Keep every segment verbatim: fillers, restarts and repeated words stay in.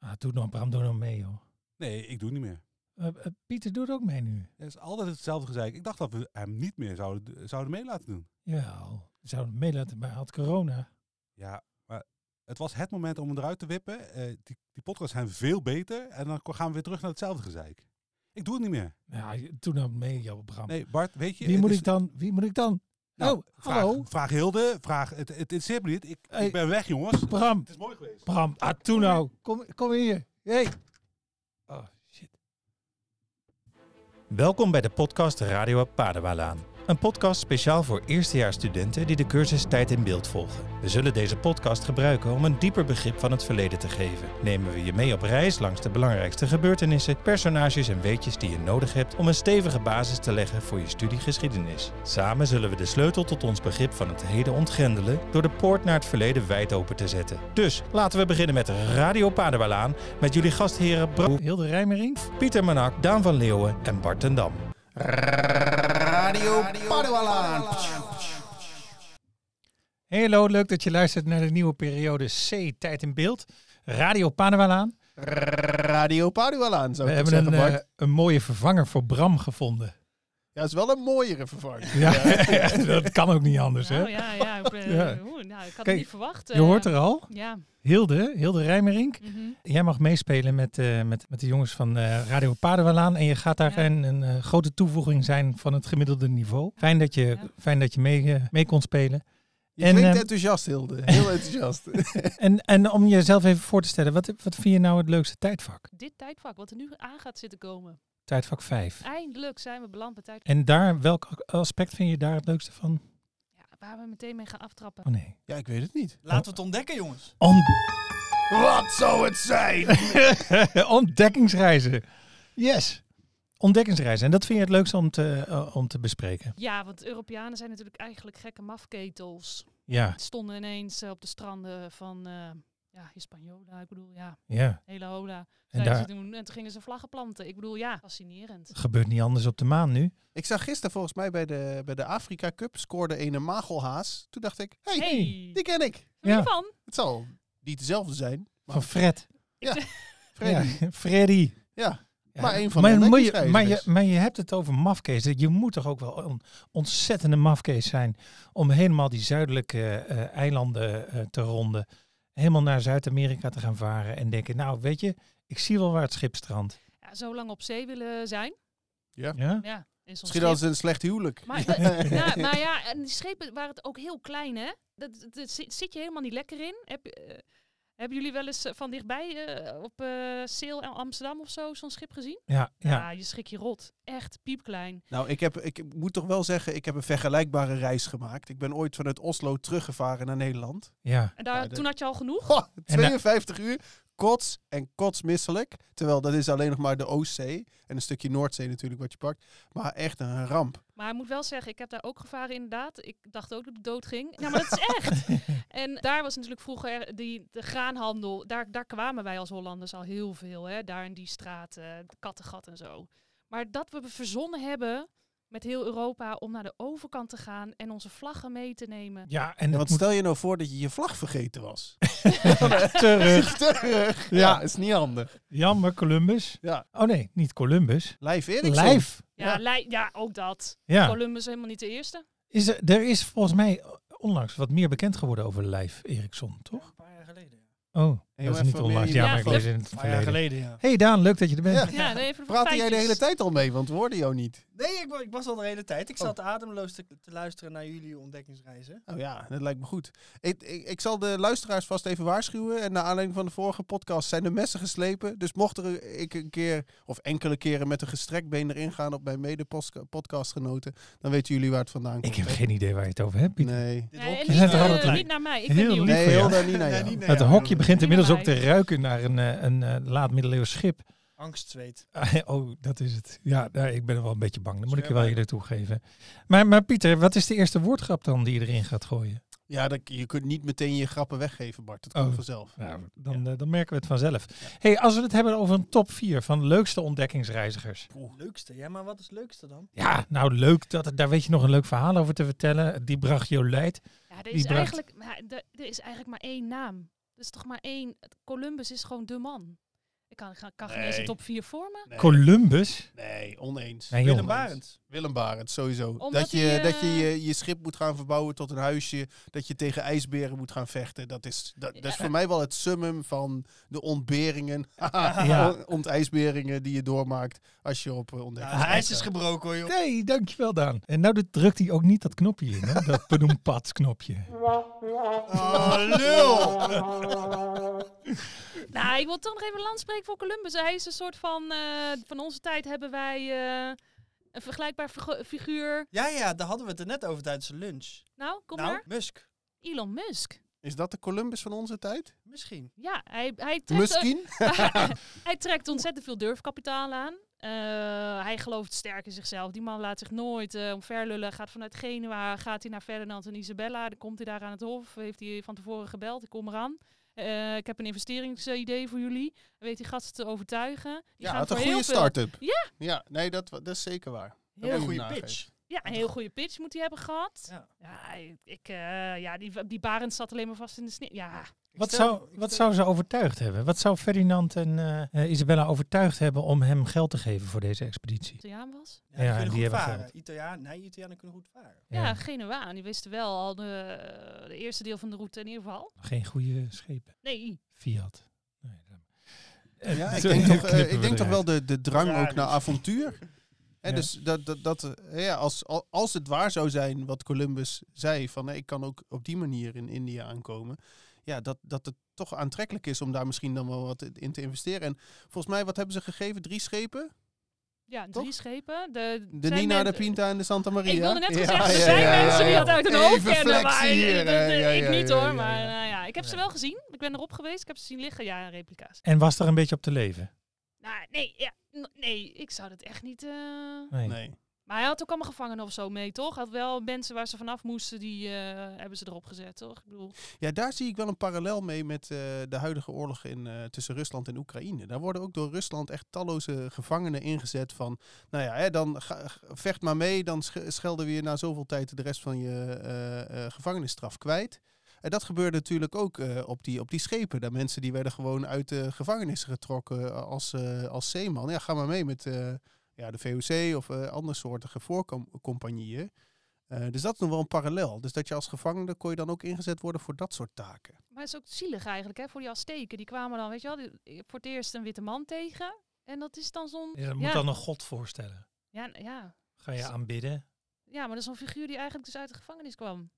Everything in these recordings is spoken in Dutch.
Ah, doe nog, Bram, doe nog mee, joh. Nee, ik doe niet meer. Uh, uh, Pieter doet ook mee nu. Het is altijd hetzelfde gezeik. Ik dacht dat we hem niet meer zouden, zouden mee laten doen. Ja, we zouden hem mee laten, maar hij had corona. Ja, maar het was het moment om hem eruit te wippen. Uh, die, die podcasts zijn veel beter. En dan gaan we weer terug naar hetzelfde gezeik. Ik doe het niet meer. Ja, doe nou mee, jouw Bram. Nee, Bart, weet je... Wie moet is, ik dan? Wie moet ik dan? Nou, oh, vraag, hallo. Vraag Hilde. Vraag, het, het interesseert me niet. Ik, Hey. ik ben weg, jongens. Bram. Het is mooi geweest. Bram, ah, doe nou. Kom, kom hier. Hey. Oh, shit. Welkom bij de podcast Radio Padualaan. Een podcast speciaal voor eerstejaarsstudenten die de cursus Tijd in Beeld volgen. We zullen deze podcast gebruiken om een dieper begrip van het verleden te geven. Nemen we je mee op reis langs de belangrijkste gebeurtenissen, personages en weetjes die je nodig hebt om een stevige basis te leggen voor je studie geschiedenis. Samen zullen we de sleutel tot ons begrip van het heden ontgrendelen door de poort naar het verleden wijd open te zetten. Dus laten we beginnen met Radio Padualaan met jullie gastheren Bro, Hilde Rijmering, Pieter Manak, Daan van Leeuwen en Bart ten Dam. Radio Padualaan. Hey, hallo, leuk dat je luistert naar de nieuwe periode C, Tijd in Beeld. Radio Padualaan. Radio Padualaan, zou We ik hebben zeggen, een, Bart. uh, een mooie vervanger voor Bram gevonden. Ja, het is wel een mooiere vervanging. Ja, dat kan ook niet anders, hè? Nou, ja, ja, ik, uh, Ja. oeh, nou, ik had Kijk, het niet verwacht. Je uh, hoort er al. Ja. Hilde, Hilde Rijmerink. Mm-hmm. Jij mag meespelen met, uh, met, met de jongens van uh, Radio Padualaan. En je gaat daar Ja. een, een uh, grote toevoeging zijn van het gemiddelde niveau. Fijn dat je, Ja. fijn dat je mee, uh, mee kon spelen. Je En, klinkt uh, enthousiast, Hilde. Heel enthousiast. En, en om jezelf even voor te stellen, wat, wat vind je nou het leukste tijdvak? Dit tijdvak, wat er nu aan gaat zitten komen. Tijdvak vijf. Eindelijk zijn we beland bij tijd. En daar, welk aspect vind je daar het leukste van? Ja, waar we meteen mee gaan aftrappen. Oh nee. Ja, ik weet het niet. Laten we het ontdekken, jongens. On- Wat zou het zijn? Ontdekkingsreizen. Yes. Ontdekkingsreizen. En dat vind je het leukste om te, uh, om te bespreken? Ja, want Europeanen zijn natuurlijk eigenlijk gekke mafketels. Ja. Het stonden ineens uh, op de stranden van uh, ja, Hispaniola. Ik bedoel, ja, Ja. hele hola. En, Zijn daar ze doen, en toen gingen ze vlaggen planten. Ik bedoel, ja, fascinerend. gebeurt niet anders op de maan nu. Ik zag gisteren volgens mij bij de, bij de Afrika Cup scoorde een magelhaas. Toen dacht ik, hey, Hey, die ken ik. wie Ja. van? Het zal niet dezelfde zijn. Maar Van Fred. Freddy. Ja, Freddy. Ja. Ja. Maar een van maar, de moet je, ontdekkingsreizigers. maar, je, maar je hebt het over mafkees. Je moet toch ook wel een ontzettende mafkees zijn om helemaal die zuidelijke uh, eilanden uh, te ronden. Helemaal naar Zuid-Amerika te gaan varen en denken, nou weet je, ik zie wel waar het schip strandt. Ja, zo lang op zee willen zijn. Ja. Ja? Ja, in zo'n Misschien als een slecht huwelijk. Maar, dat- ja, maar ja, en die schepen waren het ook heel klein, hè? Dat, dat, dat zit, zit je helemaal niet lekker in. Heb, uh, hebben jullie wel eens uh, van dichtbij uh, op uh, Sail en Amsterdam of zo zo'n schip gezien? Ja, Ja. ja. je schrik je rot. Echt piepklein. Nou, ik, heb, ik moet toch wel zeggen, ik heb een vergelijkbare reis gemaakt. Ik ben ooit vanuit Oslo teruggevaren naar Nederland. ja. En daar, Ja, de- toen had je al genoeg? Goh, tweeënvijftig uur, kots en kotsmisselijk. Terwijl dat is alleen nog maar de Oostzee. En een stukje Noordzee natuurlijk wat je pakt. Maar echt een ramp. Maar ik moet wel zeggen, ik heb daar ook gevaren inderdaad. Ik dacht ook dat ik dood ging. Ja, maar dat is echt. En daar was natuurlijk vroeger die, de graanhandel. Daar, daar kwamen wij als Hollanders al heel veel. Hè? Daar in die straten, de Kattegat en zo. Maar dat we verzonnen hebben met heel Europa om naar de overkant te gaan en onze vlaggen mee te nemen. Ja, en En dat wat moet stel je nou voor dat je je vlag vergeten was? terug. Terug. Ja. Ja, is niet handig. Jammer, Columbus. Ja. Oh nee, niet Columbus. Lijf Eriksson. Lijf. Ja, Ja. lij- ja ook dat. Ja. Columbus helemaal niet de eerste. Is er, er is volgens mij onlangs wat meer bekend geworden over Lijf Eriksson, toch? Een paar jaar geleden. Ja. Oh, Heel dat is even niet onlangs. meer- Ja, Ja, maar ik flip. lees in het Een paar jaar verleden. geleden, ja. Hey Daan, leuk dat je er bent. Ja, nee, even Praatte jij de feitjes. hele tijd al mee, want we hoorden jou niet. Nee, ik, wa- ik was al de hele tijd. Ik zat ademloos te, te luisteren naar jullie ontdekkingsreizen. Oh ja, dat lijkt me goed. Ik, ik, ik zal de luisteraars vast even waarschuwen. En naar aanleiding van de vorige podcast zijn de messen geslepen. Dus mocht er ik een keer of enkele keren met een gestrekt been erin gaan op mijn mede-podcastgenoten, dan weten jullie waar het vandaan komt. Ik heb hè? geen idee waar je het over hebt, Pieter. Nee. Dit Nee, hokje en Je niet, bent er eh, altijd niet naar mij. Ik heel ben niet lief Nee, voor jou. heel daar niet naar Nee, jou. niet naar Het jou. hokje begint inmiddels ook Nee. te ruiken naar een, eh, een, een laat middeleeuws schip. Angstzweet. Oh, dat is het. Ja, daar, ik ben er wel een beetje bang. Dat moet ik je wel Scherp. eerlijk toegeven. Maar, maar Pieter, wat is de eerste woordgrap dan die je erin gaat gooien? Ja, dat, je kunt niet meteen je grappen weggeven, Bart. Dat komt Oh. vanzelf. Nou, dan, eh, dan merken we het vanzelf. Hey, als we het hebben over een top vier van leukste ontdekkingsreizigers. Leukste. Ja, maar wat is het leukste dan? Ja, nou leuk. Dat, daar weet je nog een leuk verhaal over te vertellen. Die bracht Jolijt. Ja, er Die is, bracht- eigenlijk, maar er, er is eigenlijk maar één naam. Er is toch maar één. Columbus is gewoon de man. Ik kan, kan, kan geen eens Nee. een top vier vormen. Nee, Columbus? nee oneens. Nee, Willem joh. Barends. Willem Barends, sowieso. Omdat dat je, hij, dat je, eh, je je schip moet gaan verbouwen tot een huisje. Dat je tegen ijsberen moet gaan vechten. Dat is, dat, dat is Ja. voor mij wel het summum van de ontberingen. Ja. Ontijsberingen die je doormaakt als je op uh, ontdekt. Ja, het ijs is gebroken hoor, joh. Nee, dankjewel Daan. En nou doet- drukt hij ook niet dat knopje in, hè? Dat bedoempats knopje. Oh, lul! Nou, ik wil toch nog even land spreken voor Columbus. Hij is een soort van... eh, van onze tijd hebben wij eh, een vergelijkbaar figu- figuur. Ja, ja, daar hadden we het er net over tijdens de lunch. Nou, kom nou, maar. Musk. Elon Musk. Is dat de Columbus van onze tijd? Misschien. Ja, hij, hij, trekt, Misschien? hij trekt ontzettend veel durfkapitaal aan. Eh, hij gelooft sterk in zichzelf. Die man laat zich nooit uh, omverlullen. Gaat vanuit Genua, gaat hij naar Ferdinand en Isabella. Dan komt hij daar aan het hof. Heeft hij van tevoren gebeld. Ik kom eraan. Uh, ik heb een investeringsidee voor jullie. Weet die gasten te overtuigen. Die Ja, gaan het een voor goede heel veel- start-up. Ja. Ja, nee, dat, dat is zeker waar. Heel Een moet goede je nageven. pitch. Ja, een heel goede pitch moet hij hebben gehad. Ja. Ja, ik, ik, uh, ja die, die Barend zat alleen maar vast in de sneeuw. Ja, Wat stel- zou, ik wat stel- zou ze overtuigd hebben? Wat zou Ferdinand en uh, Isabella overtuigd hebben om hem geld te geven voor deze expeditie? Italiaan was. Ja, die Ja, kunnen die goed hebben varen. geld. Italiaan, nee, Italianen kunnen goed varen. Ja, Ja. Genua. Die wisten wel al de, de eerste deel van de route in ieder geval. Geen goede schepen. Nee. Fiat. Nee, dan- Ja, ik Zo denk, toch, uh, knippen ik we denk toch eruit. wel de, de drang Ferrari. ook naar avontuur. Hè, Ja. Dus dat, dat, dat, uh, ja, als, al- als het waar zou zijn wat Columbus zei, van nee, ik kan ook op die manier in India aankomen. Ja, dat, dat het toch aantrekkelijk is om daar misschien dan wel wat in te investeren. En volgens mij, wat hebben ze gegeven? Drie schepen? Ja, Toch? drie schepen. De, De zijn Nina, men- de Pinta en de Santa Maria. Ik wilde net Ja, zeggen, er ja, zijn ja, mensen die ja. dat uit hun hoofd Even kennen. Maar flexie hier, eh, dat- hè. Ja, ik ja, niet ja, hoor. ja, Maar ja. nou ja, ik heb ze Nee. wel gezien. Ik ben erop geweest. Ik heb ze zien liggen. Ja, replica's. En was er een beetje op te leven? Nou, nee, ja, n- nee, ik zou dat echt niet... eh, Nee. Nee. Maar hij had ook allemaal gevangenen of zo mee, toch? Hij had wel mensen waar ze vanaf moesten, die eh, hebben ze erop gezet, toch? Ik bedoel, Ja, daar zie ik wel een parallel mee met uh, de huidige oorlog in, uh, tussen Rusland en Oekraïne. Daar worden ook door Rusland echt talloze gevangenen ingezet van, nou ja, hè, dan ga, vecht maar mee, dan sch schelden we je na zoveel tijd de rest van je uh, uh, gevangenisstraf kwijt. En dat gebeurde natuurlijk ook uh, op, die, op die schepen. De mensen die werden gewoon uit de gevangenis getrokken als, uh, als zeeman. Ja, ga maar mee met... Uh, Ja, de V O C of uh, andere soortige voorcompagnieën. Uh, dus dat is nog wel een parallel. Dus dat je als gevangene kon je dan ook ingezet worden voor dat soort taken. maar het is ook zielig eigenlijk, hè? Voor die Azteken. Die kwamen dan, weet je wel, die, voor het eerst een witte man tegen. En dat is dan zo'n... Je moet ja, dan een god voorstellen. ja, n- ja. Ga je aanbidden? ja, maar dat is zo'n figuur die eigenlijk dus uit de gevangenis kwam.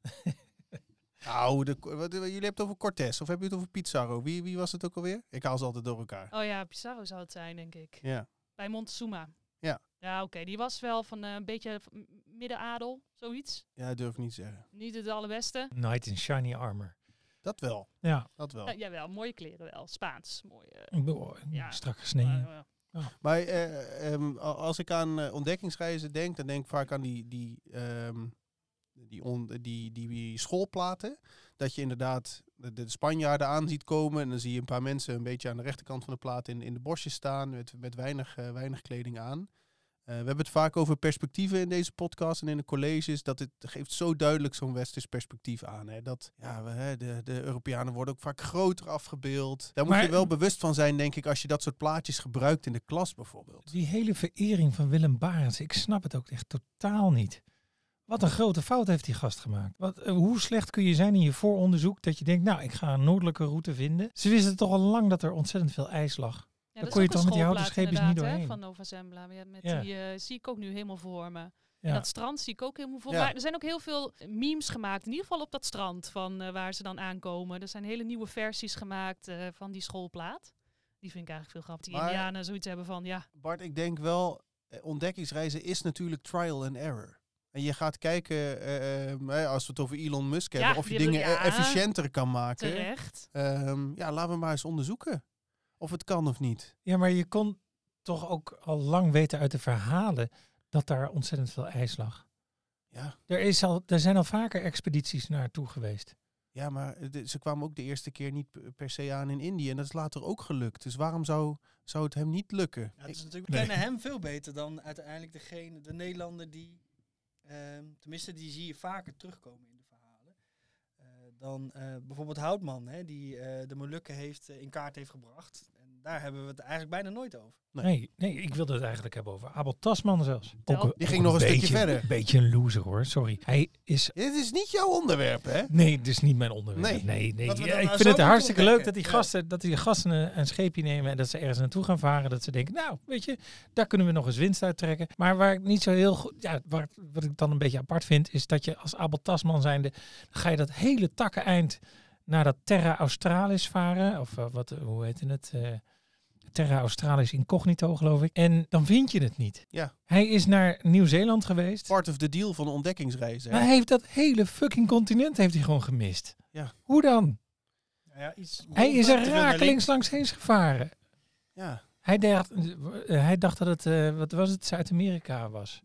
Nou, de, wat, jullie hebben het over Cortés of hebben jullie het over Pizarro? Wie, wie was het ook alweer? Ik haal ze altijd door elkaar. Oh ja, Pizarro zou het zijn, denk ik. Ja. Bij Montezuma. Ja. Ja, oké. Okay. Die was wel van uh, een beetje m- middenadel, zoiets. Ja, dat durf ik niet te zeggen. Niet het allerbeste. Knight in shiny armor. Dat wel. Ja, Dat wel. Uh, jawel, mooie kleren wel. Spaans. Mooi. Uh, ik ben oh, Ja. strak gesneden. uh, uh, Maar uh, um, als ik aan uh, ontdekkingsreizen denk, dan denk ik vaak aan die, die, um, die, on, die, die, die schoolplaten. Dat je inderdaad de, de Spanjaarden aan ziet komen en dan zie je een paar mensen een beetje aan de rechterkant van de plaat in, in de bosjes staan met, met weinig, uh, weinig kleding aan. Uh, we hebben het vaak over perspectieven in deze podcast en in de colleges. Dat het geeft zo duidelijk zo'n westers perspectief aan. Hè? Dat ja, we, hè, de, de Europeanen worden ook vaak groter afgebeeld. Daar moet Maar- je wel bewust van zijn, denk ik, als je dat soort plaatjes gebruikt in de klas bijvoorbeeld. Die hele verering van Willem Barents, ik snap het ook echt totaal niet. Wat een grote fout heeft die gast gemaakt. Wat, uh, hoe slecht kun je zijn in je vooronderzoek dat je denkt, nou, ik ga een noordelijke route vinden. Ze wisten toch al lang dat er ontzettend veel ijs lag. Ja, Dan dat kon is je ook toch een met die houten schoolplaat scheepjes niet inderdaad, hè, doorheen. van Nova Zembla. Met, met Ja. die uh, zie ik ook nu helemaal voor me. Ja. En dat strand zie ik ook helemaal voor Ja. me. Er zijn ook heel veel memes gemaakt, in ieder geval op dat strand, van uh, waar ze dan aankomen. Er zijn hele nieuwe versies gemaakt uh, van die schoolplaat. Die vind ik eigenlijk veel grappig. Die Maar- Indianen zoiets hebben van, ja, Bart, ik denk wel, eh, ontdekkingsreizen is natuurlijk trial and error. En je gaat kijken, eh, eh, als we het over Elon Musk hebben, Ja, of je die dingen hebben- eh, ja. efficiënter kan maken. terecht. Um, ja, laten we maar eens onderzoeken of het kan of niet. Ja, maar je kon toch ook al lang weten uit de verhalen dat daar ontzettend veel ijs lag. Ja, Er, is al, er zijn al vaker expedities naartoe geweest. ja maar de, ze kwamen ook de eerste keer niet p- per se aan in Indië. En dat is later ook gelukt. Dus waarom zou, zou het hem niet lukken? Ja, het is Ik- natuurlijk, we Nee. kennen hem veel beter dan uiteindelijk degene, de Nederlander die, ehm, tenminste die zie je vaker terugkomen in de verhalen. Uh, dan uh, bijvoorbeeld Houtman, hè, die uh, de Molukken heeft, uh, in kaart heeft gebracht. En daar hebben we het eigenlijk bijna nooit over. Nee. Nee, nee, ik wilde het eigenlijk hebben over Abel Tasman zelfs. Tel. Ook, Die ook ging nog een stukje beetje, verder. Een beetje een loser hoor, sorry. Hij is... Dit is niet jouw onderwerp, hè? Nee, dit is niet mijn onderwerp. Nee. Nee, nee. Wat we Ja, dan ik nou vind het zo hartstikke moeten leuk dat die ontdekken. gasten, dat die gasten een, een scheepje nemen en dat ze ergens naartoe gaan varen. Dat ze denken, nou, weet je, daar kunnen we nog eens winst uit trekken. Maar waar ik niet zo heel goed, ja, waar, wat ik dan een beetje apart vind, is dat je als Abel Tasman zijnde, ga je dat hele takkeneind naar dat Terra Australis varen. Of uh, wat, hoe heet het? Uh, Terra Australis Incognito, geloof ik. En dan vind je het niet. Ja. Hij is naar Nieuw-Zeeland geweest. Part of the deal van ontdekkingsreizen. Maar hij heeft dat hele fucking continent heeft hij gewoon gemist. Ja. Hoe dan? Nou ja, iets Hij is te er veel naar rakelings links. langs heen gevaren. Ja. Hij dacht, uh, hij dacht dat het, uh, wat was het, Zuid-Amerika was.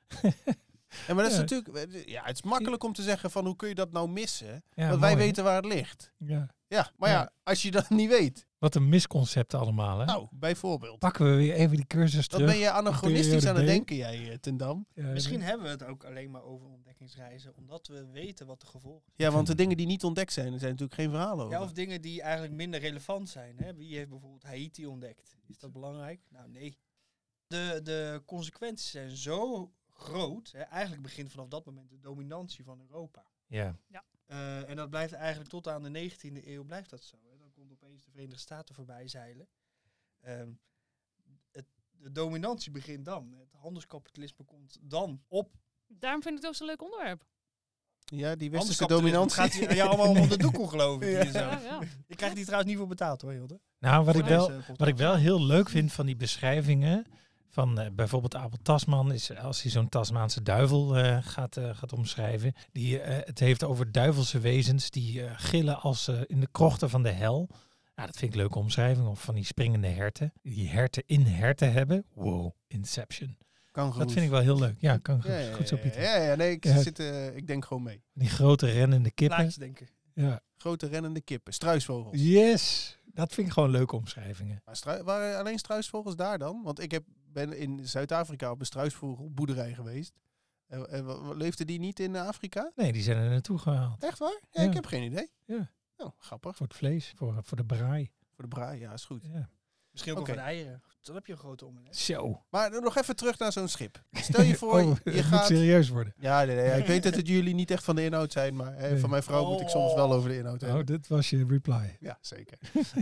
En maar dat is Ja. natuurlijk... Ja, het is makkelijk om te zeggen van hoe kun je dat nou missen? Ja, Want wij mooi, hè? weten waar het ligt. Ja. Ja, maar ja, Ja. als je dat niet weet. Wat een misconcept allemaal, hè? Nou, bijvoorbeeld. Pakken we weer even die cursus Dat terug. ben je anachronistisch aan het periode B. denken, jij, eh, ten Dam. Ja, Misschien hebben we het ook alleen maar over ontdekkingsreizen, omdat we weten wat de gevolgen zijn. Ja, want de dingen die niet ontdekt zijn, er zijn natuurlijk geen verhalen over. Ja, of dingen die eigenlijk minder relevant zijn. Hè? Wie heeft bijvoorbeeld Haiti ontdekt? Is dat belangrijk? Nou, nee. De, de consequenties zijn zo groot. Hè? Eigenlijk begint vanaf dat moment de dominantie van Europa. ja. Uh, en dat blijft eigenlijk tot aan de negentiende eeuw blijft dat zo. Hè? Dan komt opeens de Verenigde Staten voorbij zeilen. Um, het, de dominantie begint dan. Het handelskapitalisme komt dan op. Daarom vind ik het ook zo'n leuk onderwerp. Ja, die westerse Handelskapitalisme. dominantie. Het gaat hier ja, allemaal om de doekoe, geloof ik. Ja. Hier zo. Ja, ja. Je krijgt die trouwens niet voor betaald hoor, Hilde. Nou, wat ik, Voor wel, deze podcast. wat ik wel heel leuk vind van die beschrijvingen van uh, bijvoorbeeld Abel Tasman, is als hij zo'n Tasmaanse duivel uh, gaat, uh, gaat omschrijven. Die, uh, het heeft over duivelse wezens die uh, gillen als uh, in de krochten van de hel. Nou, dat vind ik een leuke omschrijving. Of van die springende herten. Die herten in herten hebben. Wow, Inception. Kangoeroes. Dat vind ik wel heel leuk. Ja, kan goed. Ja, ja, Goed zo, Pieter. Ja, ja, nee, ik, Ja. zit, uh, ik denk gewoon mee. Die grote rennende kippen. Plaatjes denken. Ja. Grote rennende kippen, struisvogels. Yes. Dat vind ik gewoon leuke omschrijvingen. Maar strui- waren alleen struisvogels daar dan? Want ik heb, ben in Zuid-Afrika op een struisvogelboerderij geweest. Uh, uh, leefde die niet in Afrika? Nee, die zijn er naartoe gehaald. Echt waar? Ja, Ja. ik heb geen idee. Ja. Oh, grappig. Voor het vlees, voor, voor de braai. Voor de braai, ja, is goed. Ja. Misschien ook Oké. wel van de eieren. Dan heb je een grote omelet. Zo. Maar nog even terug naar zo'n schip. Stel je voor, Oh, je het moet gaat... serieus worden. Ja, nee, nee, ja, ik weet dat het jullie niet echt van de inhoud zijn, maar hè, Nee. van mijn vrouw moet ik soms wel over de inhoud hebben. Oh, dit was je reply. Ja, zeker.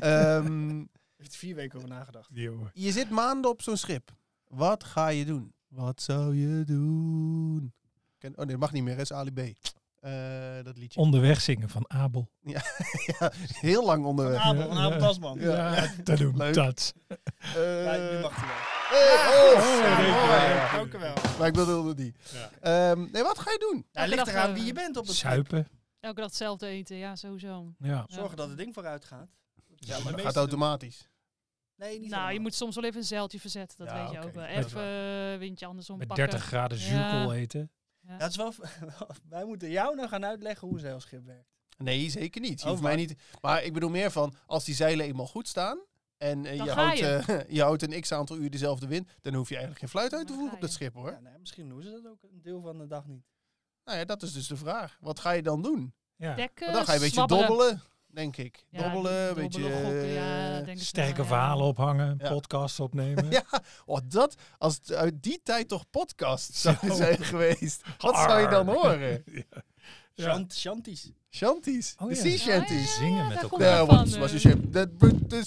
Ehm, Heeft er vier weken over nagedacht. Jongen. je zit maanden op zo'n schip. Wat ga je doen? Wat zou je doen? Ken- oh nee, dat mag niet meer, dat is Ali B. Eh, dat liedje. Onderweg zingen van Abel. ja, heel lang Een onderweg. Abel, een Ja. Abel Tasman. Ja. Ja, dat doen Leuk. dat. Eh, Ja, nu mag hij wel. hey, oh, Oh, ja, nee, mooi. nee, Ja. Dank u wel. Maar ik bedoelde die. Ehm, nee, wat ga je doen? Nou, Elke ligt dag, eraan eh, wie je bent op het schip. Zuipen. Elke dag hetzelfde eten, ja, sowieso. Ja. Zorgen dat het ding vooruit gaat. Ja, De maar dat meeste gaat doen. automatisch. Nee, niet Nou, je helemaal. moet soms wel even een zeiltje verzetten, dat Ja, weet je oké, ook wel. dat is Even uh, windje andersom Met pakken. dertig graden Ja. zuurkool eten. Ja. Ja, het is wel, wij moeten jou nou gaan uitleggen hoe een zeilschip werkt. Nee, zeker niet. Je Oh, hoeft maar- mij niet. Maar ik bedoel meer van, als die zeilen eenmaal goed staan en eh, Dan je, ga houdt, je. eh, je houdt een x aantal uur dezelfde wind, dan hoef je eigenlijk geen fluit uit te Dan voeren ga op dat je. schip, hoor. Ja, nee, misschien doen ze dat ook een deel van de dag niet. Nou ja, dat is dus de vraag. Wat ga je dan doen? Ja. Dekken, Want dan ga je een beetje zwabberen. dobbelen, denk ik. Ja, dobbelen, een dobbelen, beetje... gokken, ja, eh, denk ik Sterke wel, ja. verhalen ophangen. Ja. Podcasts opnemen. Ja, oh, dat, als het uit die tijd toch podcasts zouden Zo. zijn geweest, wat zou je dan horen? Ja. Shant, Shanties. Shanties, Oh de ja. sea shanties. Oh, ja, Zingen met daar elkaar. komt There het van, once was eh. a ship that put the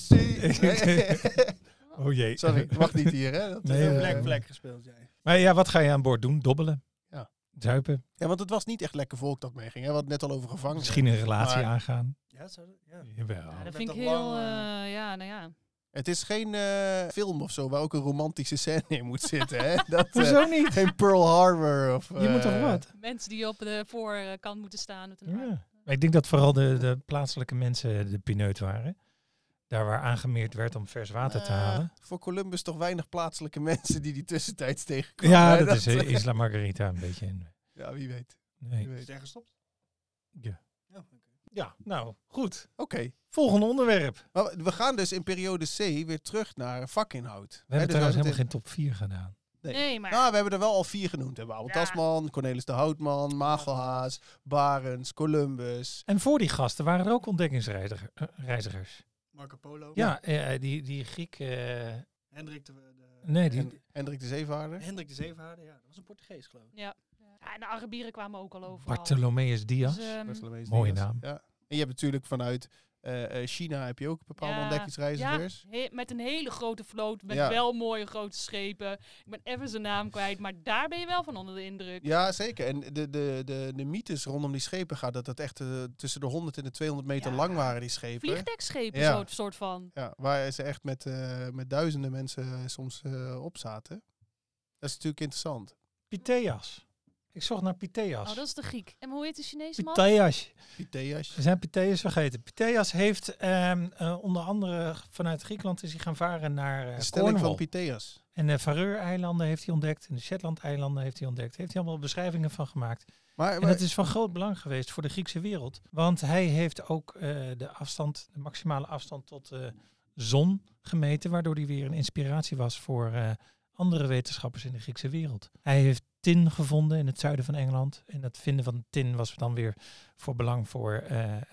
sea. Oh jee. Sorry, mag niet hier, hè? Dat, Nee, eh, Black Black gespeeld, jij. Maar ja, wat ga je aan boord doen? Dobbelen? Ja. Zuipen? Ja, want het was niet echt lekker volk dat meeging. Hè? We hadden het net al over gevangen. Misschien een relatie Maar- aangaan? Ja, zou dat- ja. Jawel. Ja, bent dat vind ik toch heel, lang, eh, ja, nou ja. Het is geen eh, film of zo waar ook een romantische scène in moet zitten. Hè? Dat, eh, Hoezo niet? geen Pearl Harbor. Of, Je moet toch eh, wat? Mensen die op de voorkant moeten staan met een arm. Ja. Maar ik denk dat vooral de, de plaatselijke mensen de pineut waren. Daar waar aangemeerd werd om vers water te eh, halen. Voor Columbus toch weinig plaatselijke mensen die die tussentijds tegenkwamen. Ja, hè? dat is eh, Isla Margarita een beetje. in- Ja, wie weet. Nee. Wie Is weet. het er gestopt? Ja. Ja, oké. Ja, nou, goed. Oké. Volgende onderwerp. Maar we gaan dus in periode C weer terug naar vakinhoud. We Hè, hebben dus trouwens het helemaal geen top vier gedaan. Nee. Nee, maar... Nou, we hebben er wel al vier genoemd. We hebben Abel Ja. Tasman, Cornelis de Houtman, Magelhaas, Barents, Columbus. En voor die gasten waren er ook ontdekkingsreizigers. Marco Polo. Ja, eh, die, die Griek... eh, Hendrik de, de, nee, die, En Hendrik de Zeevaarder. Hendrik de Zeevaarder, ja. Dat was een Portugees, geloof ik. Ja. Ja, en de Arabieren kwamen ook al overal. Bartholomeus Diaz. Dus, ehm, Bartholomeus Mooie Diaz. naam. Ja. En je hebt natuurlijk vanuit eh, eh, China heb je ook bepaalde ja, ontdekkingsreizigers. Ja, he- met een hele grote vloot, met Ja. wel mooie grote schepen. Ik ben even zijn naam kwijt, maar daar ben je wel van onder de indruk. Ja, zeker. En de, de, de, de mythes rondom die schepen gaat dat het echt eh, tussen de honderd en de tweehonderd meter Ja. lang waren, die schepen. Vliegdekschepen, Ja. soort, soort van. Ja, waar ze echt met, eh, met duizenden mensen eh, soms eh, op zaten. Dat is natuurlijk interessant. Pythias. Ik zocht naar Pythias. Oh, dat is de Griek. En hoe heet de Chinese man? Pythias. Pythias. We zijn Pythias vergeten. Pythias heeft ehm, eh, onder andere vanuit Griekenland is hij gaan varen naar uh, De stelling van Cornwall. Pythias. En de Faroe-eilanden heeft hij ontdekt. En de Shetland-eilanden heeft hij ontdekt. Heeft hij allemaal beschrijvingen van gemaakt. Maar, En maar- dat is van groot belang geweest voor de Griekse wereld. Want hij heeft ook uh, de afstand, de maximale afstand tot de zon gemeten. Waardoor hij weer een inspiratie was voor uh, andere wetenschappers in de Griekse wereld. Hij heeft tin gevonden in het zuiden van Engeland. En dat vinden van tin was dan weer voor belang voor, uh, uh,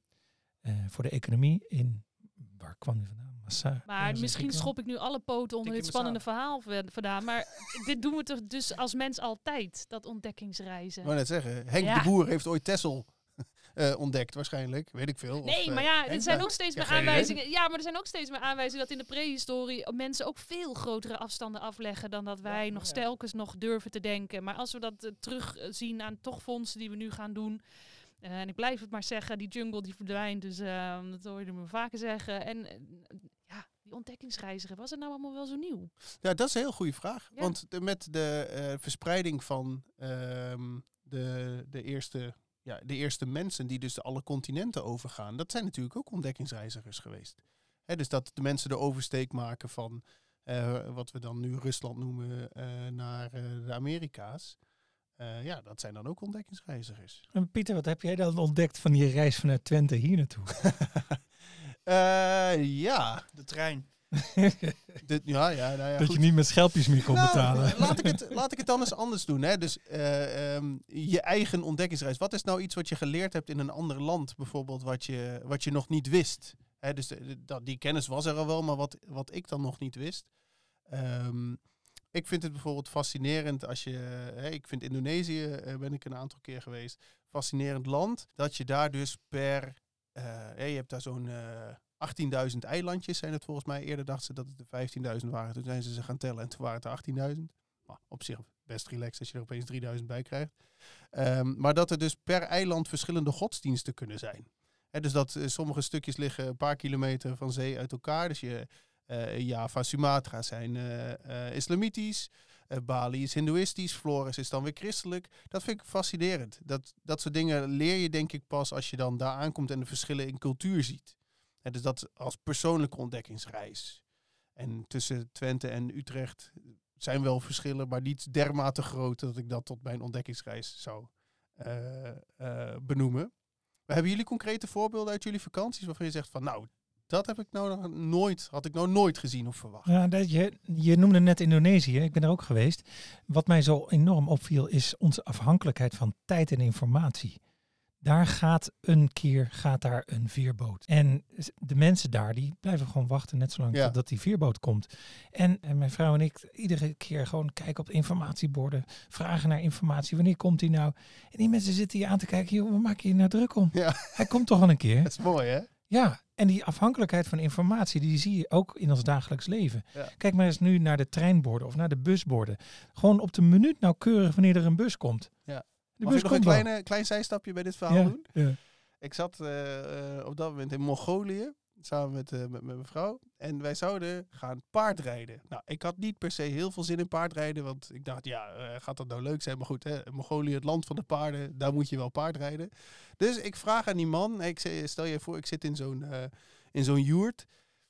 uh, voor de economie. In, waar kwam hij vandaan? Massa, Maar misschien schop ik nu alle poten onder dit spannende verhaal vandaan. Maar dit doen we toch dus als mens altijd, dat ontdekkingsreizen. Ik wou net zeggen, Henk Ja. de Boer heeft ooit Texel uh, ontdekt waarschijnlijk. Weet ik veel. Nee, of, uh, maar ja, er zijn ja. ook steeds Ja, meer geen idee. aanwijzingen. Ja, maar er zijn ook steeds meer aanwijzingen dat in de prehistorie mensen ook veel grotere afstanden afleggen dan dat wij Ja, nog ja. stelkens nog durven te denken. Maar als we dat uh, terugzien aan toch fondsen die we nu gaan doen. Uh, en ik blijf het maar zeggen, die jungle die verdwijnt. Dus uh, dat hoor je me vaker zeggen. En uh, ja, die ontdekkingsreiziger, was het nou allemaal wel zo nieuw? Ja, dat is een heel goede vraag. Ja. Want de, met de uh, verspreiding van um, de, de, eerste, ja, de eerste mensen die dus de alle continenten overgaan, dat zijn natuurlijk ook ontdekkingsreizigers geweest. Hè, dus dat de mensen de oversteek maken van uh, wat we dan nu Rusland noemen uh, naar uh, de Amerika's. Uh, ja, dat zijn dan ook ontdekkingsreizigers. En Pieter, wat heb jij dan ontdekt van die reis vanuit Twente hier naartoe? uh, ja. De trein. De, ja, ja, nou ja, dat goed. je niet met schelpjes meer kon nou, betalen. Laat ik, het, laat ik het dan eens anders doen. Hè? Dus uh, um, je eigen ontdekkingsreis. Wat is nou iets wat je geleerd hebt in een ander land bijvoorbeeld, wat je, wat je nog niet wist? Hè? Dus de, de, dat, die kennis was er al wel, maar wat, wat ik dan nog niet wist. Um, ik vind het bijvoorbeeld fascinerend als je... Hè, ik vind Indonesië, uh, ben ik een aantal keer geweest, fascinerend land. Dat je daar dus per... Uh, hè, je hebt daar zo'n... Uh, achttienduizend eilandjes zijn het volgens mij. Eerder dachten ze dat het er vijftienduizend waren. Toen zijn ze ze gaan tellen en toen waren het er achttienduizend. Maar op zich best relaxed als je er opeens drieduizend bij krijgt. Um, maar dat er dus per eiland verschillende godsdiensten kunnen zijn. He, dus dat uh, sommige stukjes liggen een paar kilometer van zee uit elkaar. Dus je uh, Java, Sumatra zijn uh, uh, islamitisch. Uh, Bali is hindoeïstisch. Flores is dan weer christelijk. Dat vind ik fascinerend. Dat, dat soort dingen leer je denk ik pas als je dan daar aankomt en de verschillen in cultuur ziet. En dus dat als persoonlijke ontdekkingsreis. En tussen Twente en Utrecht zijn wel verschillen, maar niet dermate groot dat ik dat tot mijn ontdekkingsreis zou uh, uh, benoemen. Maar hebben jullie concrete voorbeelden uit jullie vakanties waarvan je zegt van nou, dat heb ik nou nog nooit, had ik nou nooit gezien of verwacht? Ja, dat je, je noemde net Indonesië, ik ben er ook geweest. Wat mij zo enorm opviel is onze afhankelijkheid van tijd en informatie. Daar gaat een keer gaat daar een veerboot. En de mensen daar, die blijven gewoon wachten net zolang Ja. totdat die veerboot komt. En, en mijn vrouw en ik iedere keer gewoon kijken op de informatieborden. Vragen naar informatie. Wanneer komt die nou? En die mensen zitten hier aan te kijken. Joh, waar maak je je nou druk om? Ja. Hij komt toch wel een keer? Dat is mooi, hè? Ja, en die afhankelijkheid van informatie, die zie je ook in ons dagelijks leven. Ja. Kijk maar eens nu naar de treinborden of naar de busborden. Gewoon op de minuut nauwkeurig wanneer er een bus komt. Ja. De Mag bus ik nog een komt wel. kleine, klein zijstapje bij dit verhaal Ja, doen? ja. Ik zat uh, uh, op dat moment in Mongolië, samen met, uh, met, met mijn vrouw. En wij zouden gaan paardrijden. Nou, ik had niet per se heel veel zin in paardrijden, want ik dacht, ja, uh, gaat dat nou leuk zijn? Maar goed, hè, Mongolië, het land van de paarden, daar moet je wel paardrijden. Dus ik vraag aan die man, ik zeg, stel je voor, ik zit in zo'n uh, in zo'n joert.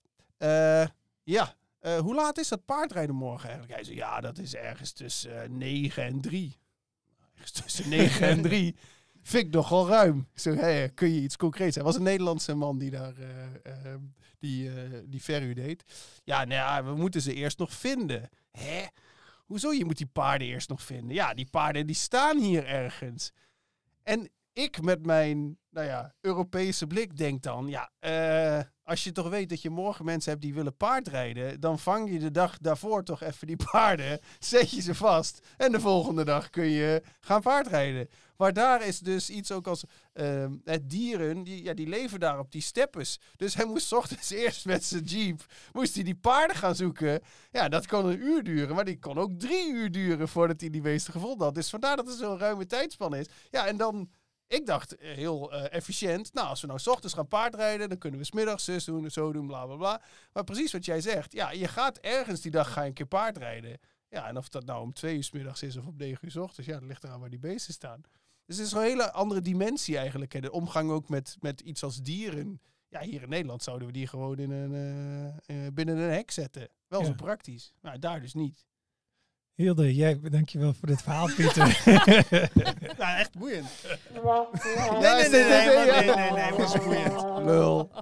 Uh, ja, uh, hoe laat is dat paardrijden morgen eigenlijk? Hij zei, ja, dat is ergens tussen uh, negen en drie. Ergens tussen negen en drie. Vind ik nogal ruim. Ik zeg, hey, kun je iets concreets zijn? Er was een Nederlandse man die daar uh, uh, die, uh, die verhuur deed. Ja, nou ja, we moeten ze eerst nog vinden. Hè? Hoezo? Je moet die paarden eerst nog vinden. Ja, die paarden die staan hier ergens. En ik met mijn, nou ja, Europese blik denk dan, ja, uh, als je toch weet dat je morgen mensen hebt die willen paardrijden, dan vang je de dag daarvoor toch even die paarden, zet je ze vast en de volgende dag kun je gaan paardrijden. Maar daar is dus iets ook als uh, het dieren, die, ja, die leven daar op die steppes. Dus hij moest 's ochtends eerst met zijn jeep, moest hij die paarden gaan zoeken. Ja, dat kon een uur duren, maar die kon ook drie uur duren voordat hij die beesten gevonden had. Dus vandaar dat er zo'n ruime tijdspan is. Ja, en dan... Ik dacht heel uh, efficiënt, nou als we nou 's ochtends gaan paardrijden, dan kunnen we 's middags zus doen, zo doen, bla bla bla. Maar precies wat jij zegt, ja, je gaat ergens die dag ga je een keer paardrijden. Ja, en of dat nou om twee uur 's middags is of om negen uur 's ochtends, ja, dat ligt eraan waar die beesten staan. Dus het is een hele andere dimensie eigenlijk, hè. De omgang ook met, met iets als dieren. Ja, hier in Nederland zouden we die gewoon in een, uh, uh, binnen een hek zetten. Wel Ja. zo praktisch. Nou, daar dus niet. Hilde, jij, dankjewel voor dit verhaal, Pieter. Nou, echt boeiend. Nee, nee, nee, nee, nee, nee, nee, nee, was boeiend. Lul.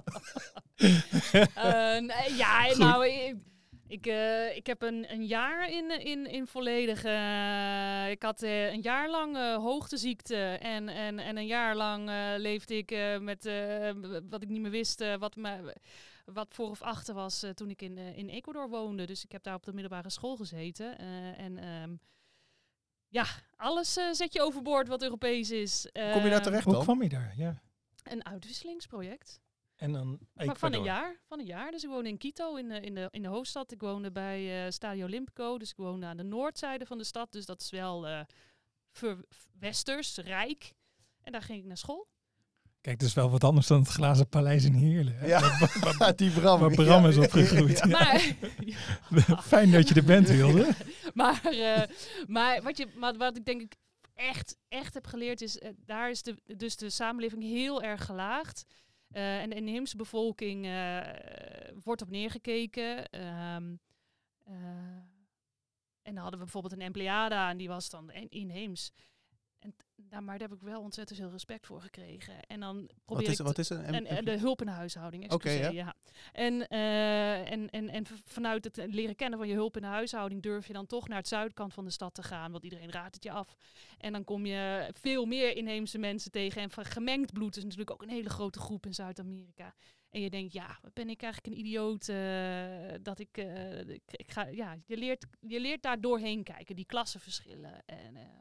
Uh, nee, ja, nou, ik, ik, uh, ik heb een, een jaar in, in, in volledig... Uh, ik had uh, een jaar lang uh, hoogteziekte en, en, en een jaar lang uh, leefde ik uh, met uh, wat ik niet meer wist, uh, wat, me, wat voor of achter was uh, toen ik in, uh, in Ecuador woonde. Dus ik heb daar op de middelbare school gezeten. Uh, en um, ja, alles uh, zet je overboord wat Europees is. Uh, Kom je daar terecht Hoe dan? kwam je daar? Ja. Een uitwisselingsproject. En dan Maar van een jaar, van een jaar. Dus ik woonde in Quito, in de, in de, in de hoofdstad. Ik woonde bij uh, Stadio Olimpico. Dus ik woonde aan de noordzijde van de stad. Dus dat is wel uh, ver, westers, rijk. En daar ging ik naar school. Kijk, dat is wel wat anders dan het glazen paleis in Heerlen. Hè? Ja, Waar, waar, die Bram. waar Bram Ja. is opgegroeid. Ja. Maar, Fijn dat je er bent, Hilde. maar, uh, maar, wat je, maar wat ik denk ik echt, echt heb geleerd is... Uh, daar is de, dus de samenleving heel erg gelaagd. Uh, en de inheemse bevolking uh, wordt op neergekeken. Um, uh, en dan hadden we bijvoorbeeld een empleada en die was dan inheems. En t- nou, maar daar heb ik wel ontzettend veel respect voor gekregen. En dan probeer Wat is, ik wat is een... en, en de hulp in de huishouding, excuseer, Oké, ja. ja. En, uh, en, en, en v- vanuit het leren kennen van je hulp in de huishouding durf je dan toch naar het zuidkant van de stad te gaan, want iedereen raadt het je af. En dan kom je veel meer inheemse mensen tegen. En van gemengd bloed is natuurlijk ook een hele grote groep in Zuid-Amerika. En je denkt, ja, wat ben ik eigenlijk een idioot uh, dat ik, uh, ik, ik ga, ja, je leert, je leert daar doorheen kijken, die klassenverschillen. En uh,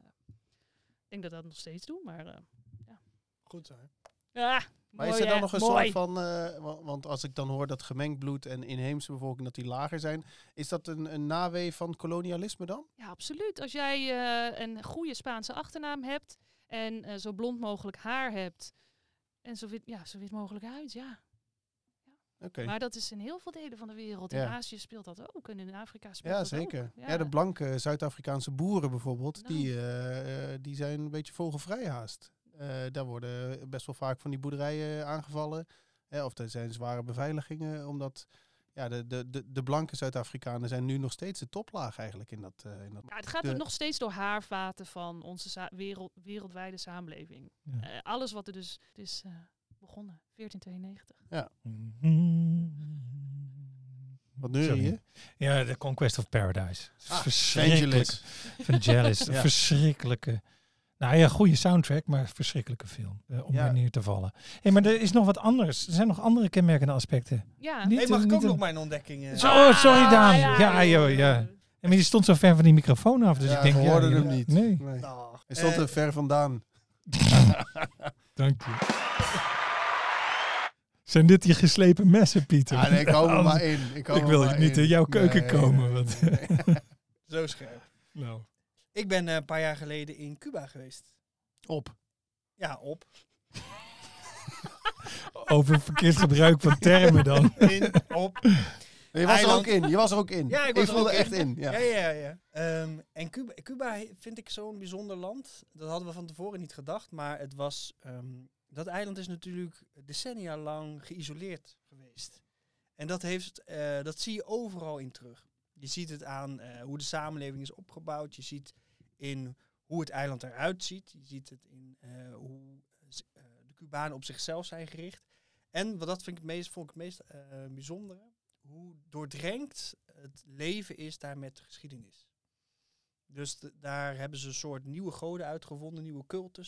ik denk dat dat nog steeds doe, maar uh, ja. Goed zo. Ja, Maar mooi, is er dan hè? nog een Mooi. soort van... Uh, want, want als ik dan hoor dat gemengd bloed en inheemse bevolking dat die lager zijn, is dat een, een nawee van kolonialisme dan? Ja, absoluut. Als jij uh, een goede Spaanse achternaam hebt en uh, zo blond mogelijk haar hebt en zo wit, ja, zo wit mogelijk huid, ja. Oké. Okay. Maar dat is in heel veel delen van de wereld. In Ja. Azië speelt dat ook en in Afrika speelt Ja, dat zeker. ook. Ja. ja, de blanke Zuid-Afrikaanse boeren bijvoorbeeld, Nou. die, uh, uh, die zijn een beetje vogelvrij haast. Uh, daar worden best wel vaak van die boerderijen aangevallen. Hè, of er zijn zware beveiligingen, omdat ja, de, de, de, de blanke Zuid-Afrikanen zijn nu nog steeds de toplaag eigenlijk in dat... Uh, in dat Ja, het gaat de, er nog steeds door haarvaten van onze za- wereld, wereldwijde samenleving. Ja. Uh, alles wat er dus... Het is uh, begonnen, veertien tweeënnegentig. Ja. Wat neur je? Ja, The Conquest of Paradise. Ah, Verschrikkelijk. Vangelis. Ja. Verschrikkelijke. Nou ja, goede soundtrack, maar verschrikkelijke film. Uh, om Ja. weer neer te vallen. Hey, maar er is nog wat anders. Er zijn nog andere kenmerkende aspecten. Ja. Niet, Hey, mag uh, ik niet ook een- nog mijn ontdekkingen? Zo, oh, sorry Daan. Ah, Ja, ja, joh. joh, ja. En je stond zo ver van die microfoon af, dus ja, ik denk... we ja, hoorden je- hem niet. Nee, nee. Dag. Hij stond Eh, er ver vandaan. dank je. Zijn dit die geslepen messen, Pieter? Ja, nee, ik hou er Anders- maar in. Ik, hou Ik er wil maar niet in. in jouw keuken Nee, komen. nee, Want nee, nee. Zo scherp. nou. Ik ben uh, een paar jaar geleden in Cuba geweest. Op. Ja, op. Over verkeerd gebruik van termen dan. In, op. Je was er Eiland. ook in. Je was er ook in. Ja, ik was er voelde ook echt in. in. Ja. Ja, ja, ja. ja. Um, en Cuba, Cuba he- vind ik zo'n bijzonder land. Dat hadden we van tevoren niet gedacht. Maar het was... Um, dat eiland is natuurlijk decennia lang geïsoleerd geweest. En dat, heeft, uh, dat zie je overal in terug. Je ziet het aan uh, hoe de samenleving is opgebouwd. Je ziet in hoe het eiland eruit ziet. Je ziet het in uh, hoe uh, de Cubanen op zichzelf zijn gericht. En wat dat vind ik het meest, vond ik het meest uh, bijzondere. Hoe doordrenkt het leven is daar met de geschiedenis. Dus d- daar hebben ze een soort nieuwe goden uitgevonden, nieuwe cultus.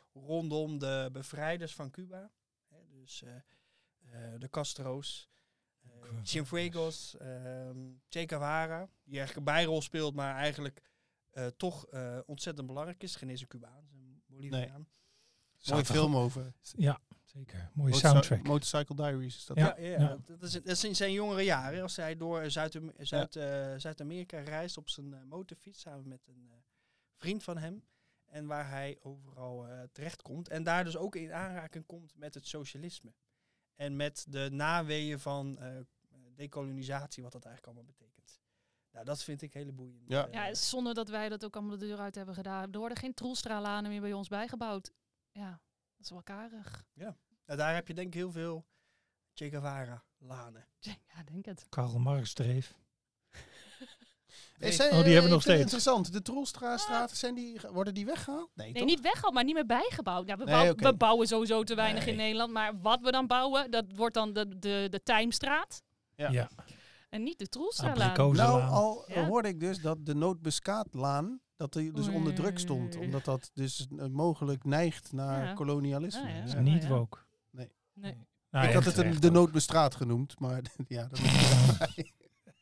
rondom de bevrijders van Cuba. Hè, dus uh, uh, de Castro's, uh, Cienfuegos, uh, Che Guevara, die eigenlijk een bijrol speelt, maar eigenlijk uh, toch uh, ontzettend belangrijk is. Geen eens een Cubaan, een Boliviaan. Nee. Mooi film over. Ja, zeker. Mooie Motorcy- soundtrack. Motorcycle Diaries is dat. Ja. Ja, ja, ja. Dat, is, dat is in zijn jongere jaren. Als hij door Zuid- Zuid, uh, Zuid-Amerika reist op zijn uh, motorfiets samen met een uh, vriend van hem. En waar hij overal uh, terechtkomt. En daar dus ook in aanraking komt met het socialisme. En met de naweeën van uh, dekolonisatie, wat dat eigenlijk allemaal betekent. Nou, dat vind ik hele boeiend. Ja. Uh, Ja, zonder dat wij dat ook allemaal de deur uit hebben gedaan. Er worden geen Troelstralanen meer bij ons bijgebouwd. Ja, dat is wel karig. nou, daar heb je denk ik heel veel Che Guevara-lanen. Ja, denk het. Karl Marx dreef. Eh, zijn- Oh, die hebben we ik nog vind het steeds. interessant. De Troelstraat, zijn die, worden die weggehaald? Nee, Nee, toch? niet weggehaald, maar niet meer bijgebouwd. Ja, we, Nee, bouw- oké. we bouwen sowieso te weinig Nee. in Nederland. Maar wat we dan bouwen, dat wordt dan de, de, de Tijmstraat. Ja. Ja. En niet de Troelstralaan. Abrikozen. Nou, Laan. al Ja. hoorde ik dus dat de Noordbeskaatlaan, dat die dus onder druk stond. Oei. Omdat dat dus uh, mogelijk neigt naar Ja. kolonialisme. Ja, ja. Dat is Ja. niet ja. woke. Nee. Nee. Nou, Ik had echt het een, terecht de ook. Noordbestraat genoemd, maar ja, dat is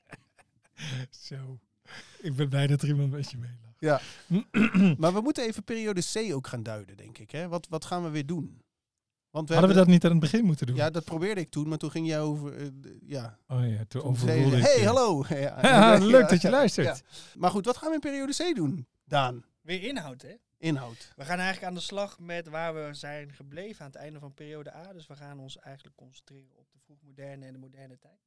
Zo. Ik ben blij dat er iemand met je meelacht. Ja. Maar we moeten even periode C ook gaan duiden, denk ik. Hè? Wat, wat gaan we weer doen? Want we Hadden we hebben- dat niet aan het begin moeten doen? Ja, dat probeerde ik toen, maar toen ging jij over... uh, d- ja, Oh ja, toen toen zei overvoelde je, ik hey, je. hallo! Ja, Ja, leuk ja, dat je luistert. ja. Maar goed, wat gaan we in periode C doen, Daan? Weer inhoud, hè? Inhoud. We gaan eigenlijk aan de slag met waar we zijn gebleven aan het einde van periode A. Dus we gaan ons eigenlijk concentreren op de vroegmoderne en de moderne tijd.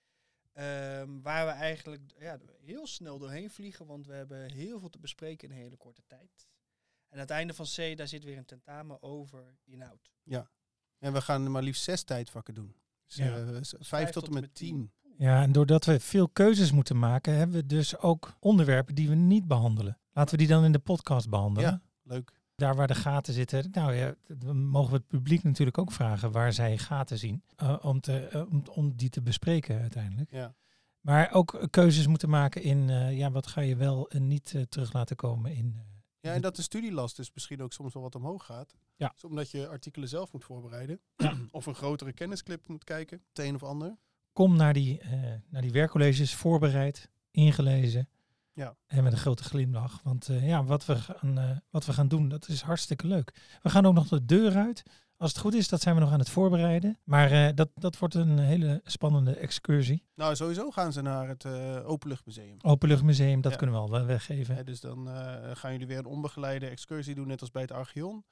Ehm, waar we eigenlijk ja, heel snel doorheen vliegen, want we hebben heel veel te bespreken in een hele korte tijd. En aan het einde van C, daar zit weer een tentamen over inhoud. En we gaan maar liefst zes tijdvakken doen. Dus, Ja. uh, s- vijf tot en met tien. Ja, en doordat we veel keuzes moeten maken, hebben we dus ook onderwerpen die we niet behandelen. Laten we die dan in de podcast behandelen. Ja. Leuk. Daar waar de gaten zitten, nou ja, dan mogen we het publiek natuurlijk ook vragen waar zij gaten zien. Uh, om, te, uh, om, om die te bespreken uiteindelijk. Ja. Maar ook uh, keuzes moeten maken in, uh, ja, wat ga je wel en niet uh, terug laten komen in... Uh, Ja, en dat de studielast dus misschien ook soms wel wat omhoog gaat. Ja. Dus omdat je artikelen zelf moet voorbereiden. Ja. Of een grotere kennisclip moet kijken. Het een of ander. Kom naar die, uh, naar die werkcolleges voorbereid, ingelezen. Ja. En met een grote glimlach. Want uh, ja, wat we, gaan, uh, wat we gaan doen, dat is hartstikke leuk. We gaan ook nog de deur uit. Als het goed is, dat zijn we nog aan het voorbereiden. Maar uh, dat, dat wordt een hele spannende excursie. Nou, sowieso gaan ze naar het uh, Openluchtmuseum. Openluchtmuseum, dat Ja. kunnen we al wel weggeven. Hè, dus dan uh, gaan jullie weer een onbegeleide excursie doen, net als bij het Archeon.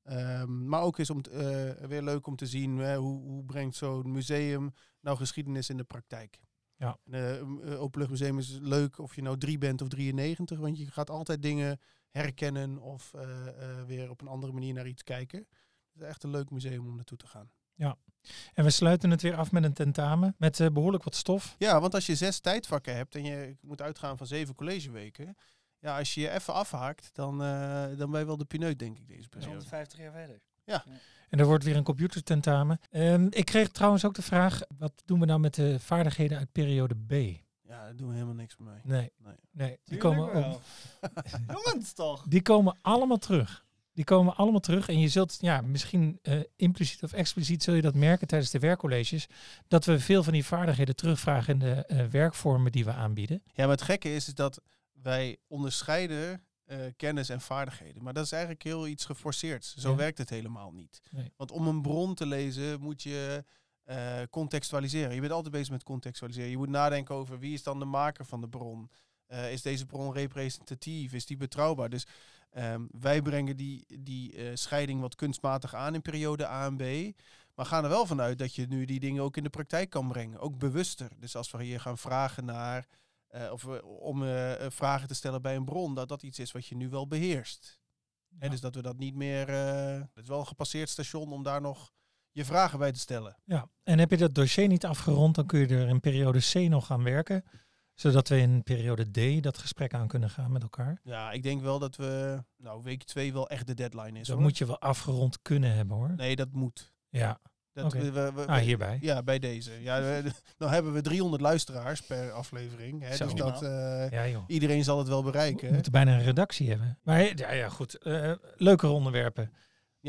Um, maar ook is om t, uh, weer leuk om te zien hè, hoe, hoe brengt zo'n museum nou geschiedenis in de praktijk. Ja. Een uh, Openluchtmuseum is leuk of je nou drie bent of drieënnegentig, want je gaat altijd dingen herkennen of uh, uh, weer op een andere manier naar iets kijken. Het is echt een leuk museum om naartoe te gaan. Ja. En we sluiten het weer af met een tentamen met uh, behoorlijk wat stof. Ja, want als je zes tijdvakken hebt en je moet uitgaan van zeven collegeweken, ja, als je je even afhaakt, dan, uh, dan ben je wel de pineut, denk ik, deze Dat is periode. honderdvijftig jaar verder. En er wordt weer een computertentamen. Um, ik kreeg trouwens ook de vraag, wat doen we nou met de vaardigheden uit periode B? Ja, daar doen we helemaal niks mee. Nee, Nee. nee die, Tuurlijk komen wel. ook, Jongens toch? die komen allemaal terug. Die komen allemaal terug. En je zult, ja, misschien uh, impliciet of expliciet zul je dat merken tijdens de werkcolleges, dat we veel van die vaardigheden terugvragen in de uh, werkvormen die we aanbieden. Ja, maar het gekke is, is dat wij onderscheiden uh, kennis en vaardigheden. Maar dat is eigenlijk heel iets geforceerds. Zo Ja. werkt het helemaal niet. Nee. Want om een bron te lezen moet je uh, contextualiseren. Je bent altijd bezig met contextualiseren. Je moet nadenken over wie is dan de maker van de bron. Uh, is deze bron representatief? Is die betrouwbaar? Dus um, wij brengen die, die uh, scheiding wat kunstmatig aan in periode A en B. Maar gaan er wel vanuit dat je nu die dingen ook in de praktijk kan brengen. Ook bewuster. Dus als we hier gaan vragen naar... Uh, of uh, om uh, vragen te stellen bij een bron, dat dat iets is wat je nu wel beheerst. Ja. Hè, dus dat we dat niet meer... Uh, het is wel een gepasseerd station om daar nog je vragen bij te stellen. Ja, en heb je dat dossier niet afgerond, dan kun je er in periode C nog aan werken. Zodat we in periode D dat gesprek aan kunnen gaan met elkaar. Ja, ik denk wel dat we... Nou, week twee wel echt de deadline is. Dat hoor. moet je wel afgerond kunnen hebben, hoor. Nee, dat moet. Ja, Dat Oké. we, we, we, ah, hierbij. Ja, bij deze. Ja, we, dan hebben we driehonderd luisteraars per aflevering. Hè, Zo. dus dat, uh, Ja, joh. iedereen zal het wel We bereiken. moeten bijna een redactie hebben. Maar ja, ja goed. Uh, leukere onderwerpen.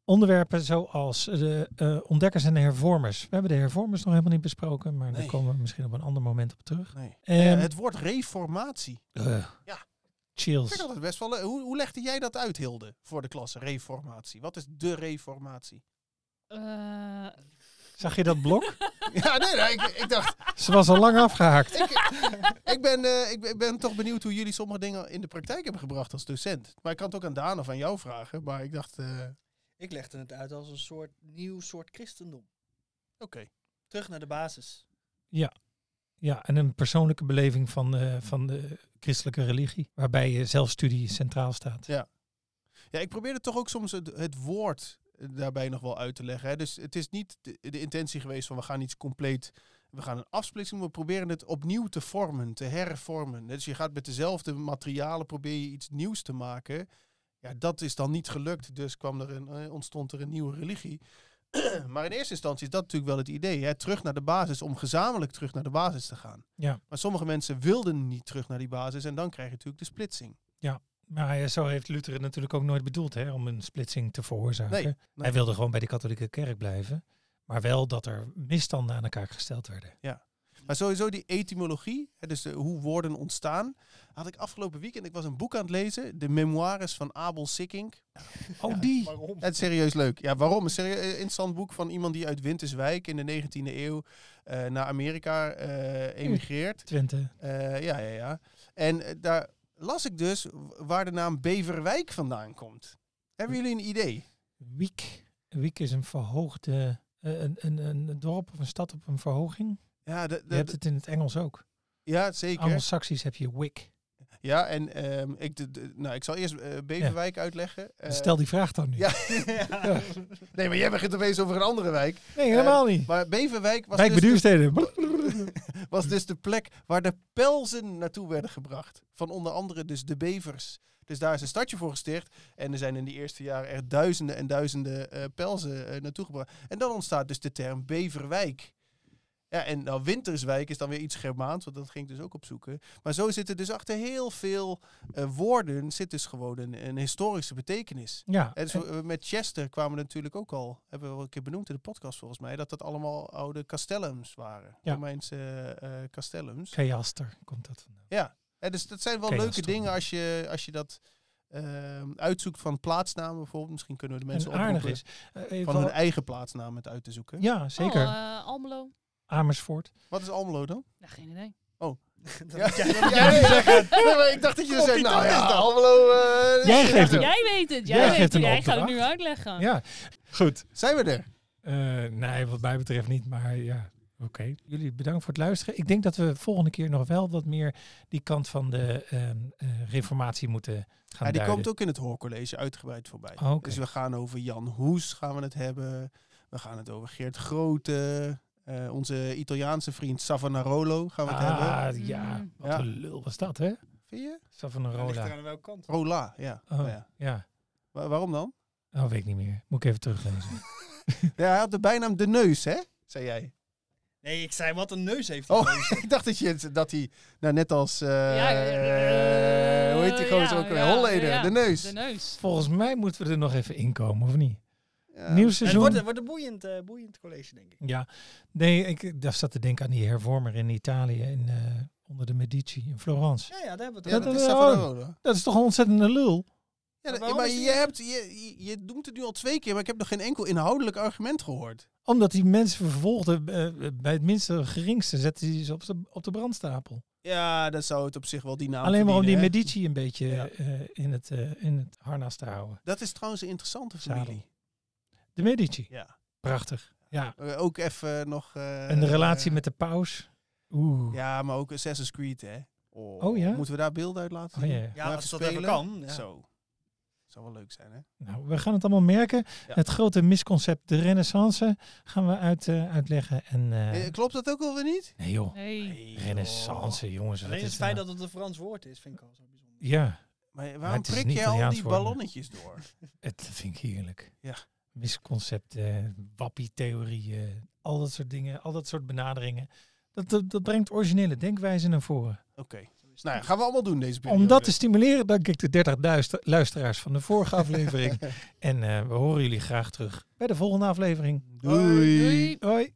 Onderwerpen zoals de uh, ontdekkers en de hervormers. We hebben de hervormers nog helemaal niet besproken, maar Nee. daar komen we misschien op een ander moment op terug. Nee. Um, Ja, het woord reformatie. Uh, Ja. Chills. Ik vind dat best wel leuk. Hoe, hoe legde jij dat uit, Hilde, voor de klasse? Reformatie. Wat is de reformatie? Uh, Zag je dat blok? Ja, nee, nee ik, ik dacht... Ze was al lang afgehaakt. ik, ik, ben, uh, ik, ben, ik ben toch benieuwd hoe jullie sommige dingen in de praktijk hebben gebracht als docent. Maar ik kan het ook aan Daan of aan jou vragen. Maar ik dacht... Uh, Ik legde het uit als een soort nieuw soort christendom. Oké. Okay. Terug naar de basis. Ja. Ja, en een persoonlijke beleving van, uh, van de christelijke religie. Waarbij je zelfstudie centraal staat. Ja. Ja, ik probeerde toch ook soms het, het woord daarbij nog wel uit te leggen. Hè. Dus het is niet de, de intentie geweest van we gaan iets compleet... We gaan een afsplitsing, we proberen het opnieuw te vormen, te hervormen. Dus je gaat met dezelfde materialen, probeer je iets nieuws te maken. Ja, dat is dan niet gelukt, dus kwam er een, ontstond er een nieuwe religie. Maar in eerste instantie is dat natuurlijk wel het idee. Hè? Terug naar de basis, om gezamenlijk terug naar de basis te gaan. Ja. Maar sommige mensen wilden niet terug naar die basis en dan krijg je natuurlijk de splitsing. Ja, maar zo heeft Luther het natuurlijk ook nooit bedoeld, hè, om een splitsing te veroorzaken. Nee, nee. Hij wilde gewoon bij de katholieke kerk blijven. Maar wel dat er misstanden aan elkaar gesteld werden. Ja. Maar sowieso die etymologie, hè, dus de, hoe woorden ontstaan, had ik afgelopen weekend, ik was een boek aan het lezen, de memoires van Abel Sikkink. Oh, ja, die? Waarom? Het is serieus leuk. Ja, waarom? Een serieus interessant boek van iemand die uit Winterswijk in de negentiende eeuw uh, naar Amerika uh, emigreert. Twente. Uh, ja, ja, ja. En uh, daar las ik dus waar de naam Beverwijk vandaan komt. Hebben jullie een idee? Wiek. Wiek is een verhoogde, uh, een, een, een dorp of een stad op een verhoging. Ja, de, de, je hebt het in het Engels ook. Ja, zeker. Anglo-Saxisch heb je Wick. Ja, en um, ik, de, de, nou, ik zal eerst uh, Beverwijk ja. uitleggen. Uh, Stel die vraag dan nu. Ja. ja. Nee, maar jij begint opeens over een andere wijk. Nee, helemaal uh, niet. Maar Beverwijk was, wijk dus Beduursteden. de, was dus de plek waar de pelzen naartoe werden gebracht. Van onder andere dus de bevers. Dus daar is een stadje voor gesticht. En er zijn in die eerste jaren echt duizenden en duizenden uh, pelzen uh, naartoe gebracht. En dan ontstaat dus de term Beverwijk. Ja, en nou, Winterswijk is dan weer iets Germaans, want dat ging ik dus ook opzoeken. Maar zo zit er dus achter heel veel uh, woorden, zit dus gewoon een, een historische betekenis. Ja. En dus, uh, met Chester kwamen we natuurlijk ook al, hebben we wel een keer benoemd in de podcast volgens mij, dat dat allemaal oude castellums waren. Ja. Romeinse uh, castellums. Cajaster komt dat vandaan. Ja, en dus dat zijn wel Cajaster. leuke dingen als je, als je dat uh, uitzoekt van plaatsnamen bijvoorbeeld. Misschien kunnen we de mensen en aardig oproepen is, uh, van hun eigen plaatsnaam het uit te zoeken. Ja, zeker. Oh, uh, Almelo. Amersfoort. Wat is Almelo dan? Ja, geen idee. Oh. Dat Ja, moet jij, ja, dat ja, moet jij ja, zeggen. nee, maar ik dacht dat je zei, nou is ja, dat? Almelo... Uh, Jij ja, geeft ja. hem. Jij weet het. Jij, Jij weet geeft het. een Jij gaat het opdracht. nu uitleggen. Ja, goed. Zijn we er? Uh, nee, wat mij betreft niet, maar ja, oké. Okay. Jullie bedankt voor het luisteren. Ik denk dat we volgende keer nog wel wat meer die kant van de uh, uh, reformatie moeten gaan Ja, die duiden. komt ook in het hoorcollege uitgebreid voorbij. Oh, okay. Dus we gaan over Jan Hoes gaan we het hebben. We gaan het over Geert Grote. Uh, onze Italiaanse vriend Savonarola gaan we het ah, hebben. ja, wat ja. een lul was dat, hè? Vind je? Savonarola. Ligt eraan welke kant. Rola, ja. Oh, oh, ja. ja. Wa- waarom dan? Oh, weet ik niet meer. Moet ik even teruglezen. Ja, hij had de bijnaam De Neus, hè? Zei jij. Nee, ik zei wat een neus heeft hij. Oh, ik dacht dat, je, dat hij, nou net als, uh, Ja, uh, hoe heet die gozer ja, ook weer? ja, Holleder, ja. De Neus. De neus. Volgens mij moeten we er nog even inkomen, of niet? Ja. Nieuw Het seizoen. wordt, het wordt een boeiend, uh, boeiend college, denk ik. Ja, nee, ik daar zat te denken aan die hervormer in Italië, in, uh, onder de Medici, in Florence. Ja, ja, daar hebben we Ja, het dat over. is oh. Savonarola. Dat is toch een ontzettende lul? Ja, Maar maar, waarom maar is die- je, hebt, je, je, je noemt het nu al twee keer, maar ik heb nog geen enkel inhoudelijk argument gehoord. Omdat die mensen vervolgden, uh, bij het minste geringste zetten die ze op de, op de brandstapel. Ja, dan zou het op zich wel die naam Alleen maar om die verdienen, hè? Medici een beetje Ja. uh, in, het, uh, in het harnas te houden. Dat is trouwens een interessante Zadel. familie. De Medici, Ja. prachtig. Ja. Uh, ook even nog... Uh, En de relatie uh, met de paus. Oeh. Ja, maar ook Assassin's Creed, hè? Oh, Oh, ja? Moeten we daar beelden uit laten Oh, zien? ja, ja. Ja, Maar als even dat even spelen? kan. Ja. Zo. Zou wel leuk zijn, hè? Nou, we gaan het allemaal merken. Ja. Het grote misconcept, de renaissance, gaan we uit, uh, uitleggen. En, uh, Eh, klopt dat ook alweer niet? nee joh, Nee. Nee, renaissance jongens. wat Alleen is het feit nou? dat het een Frans woord is, vind ik al zo bijzonder. Ja, Maar waarom het is prik niet je al Italiaans die worden. ballonnetjes door? het vind ik heerlijk. Ja. Misconcepten, wappie-theorieën, al dat soort dingen, al dat soort benaderingen. Dat, dat, dat brengt originele denkwijze naar voren. Oké. bewust. Nou ja, gaan we allemaal doen deze periode. Om dat te stimuleren, dank ik de dertig luisteraars van de vorige aflevering. En uh, we horen jullie graag terug bij de volgende aflevering. Doei. Doei. Hoi.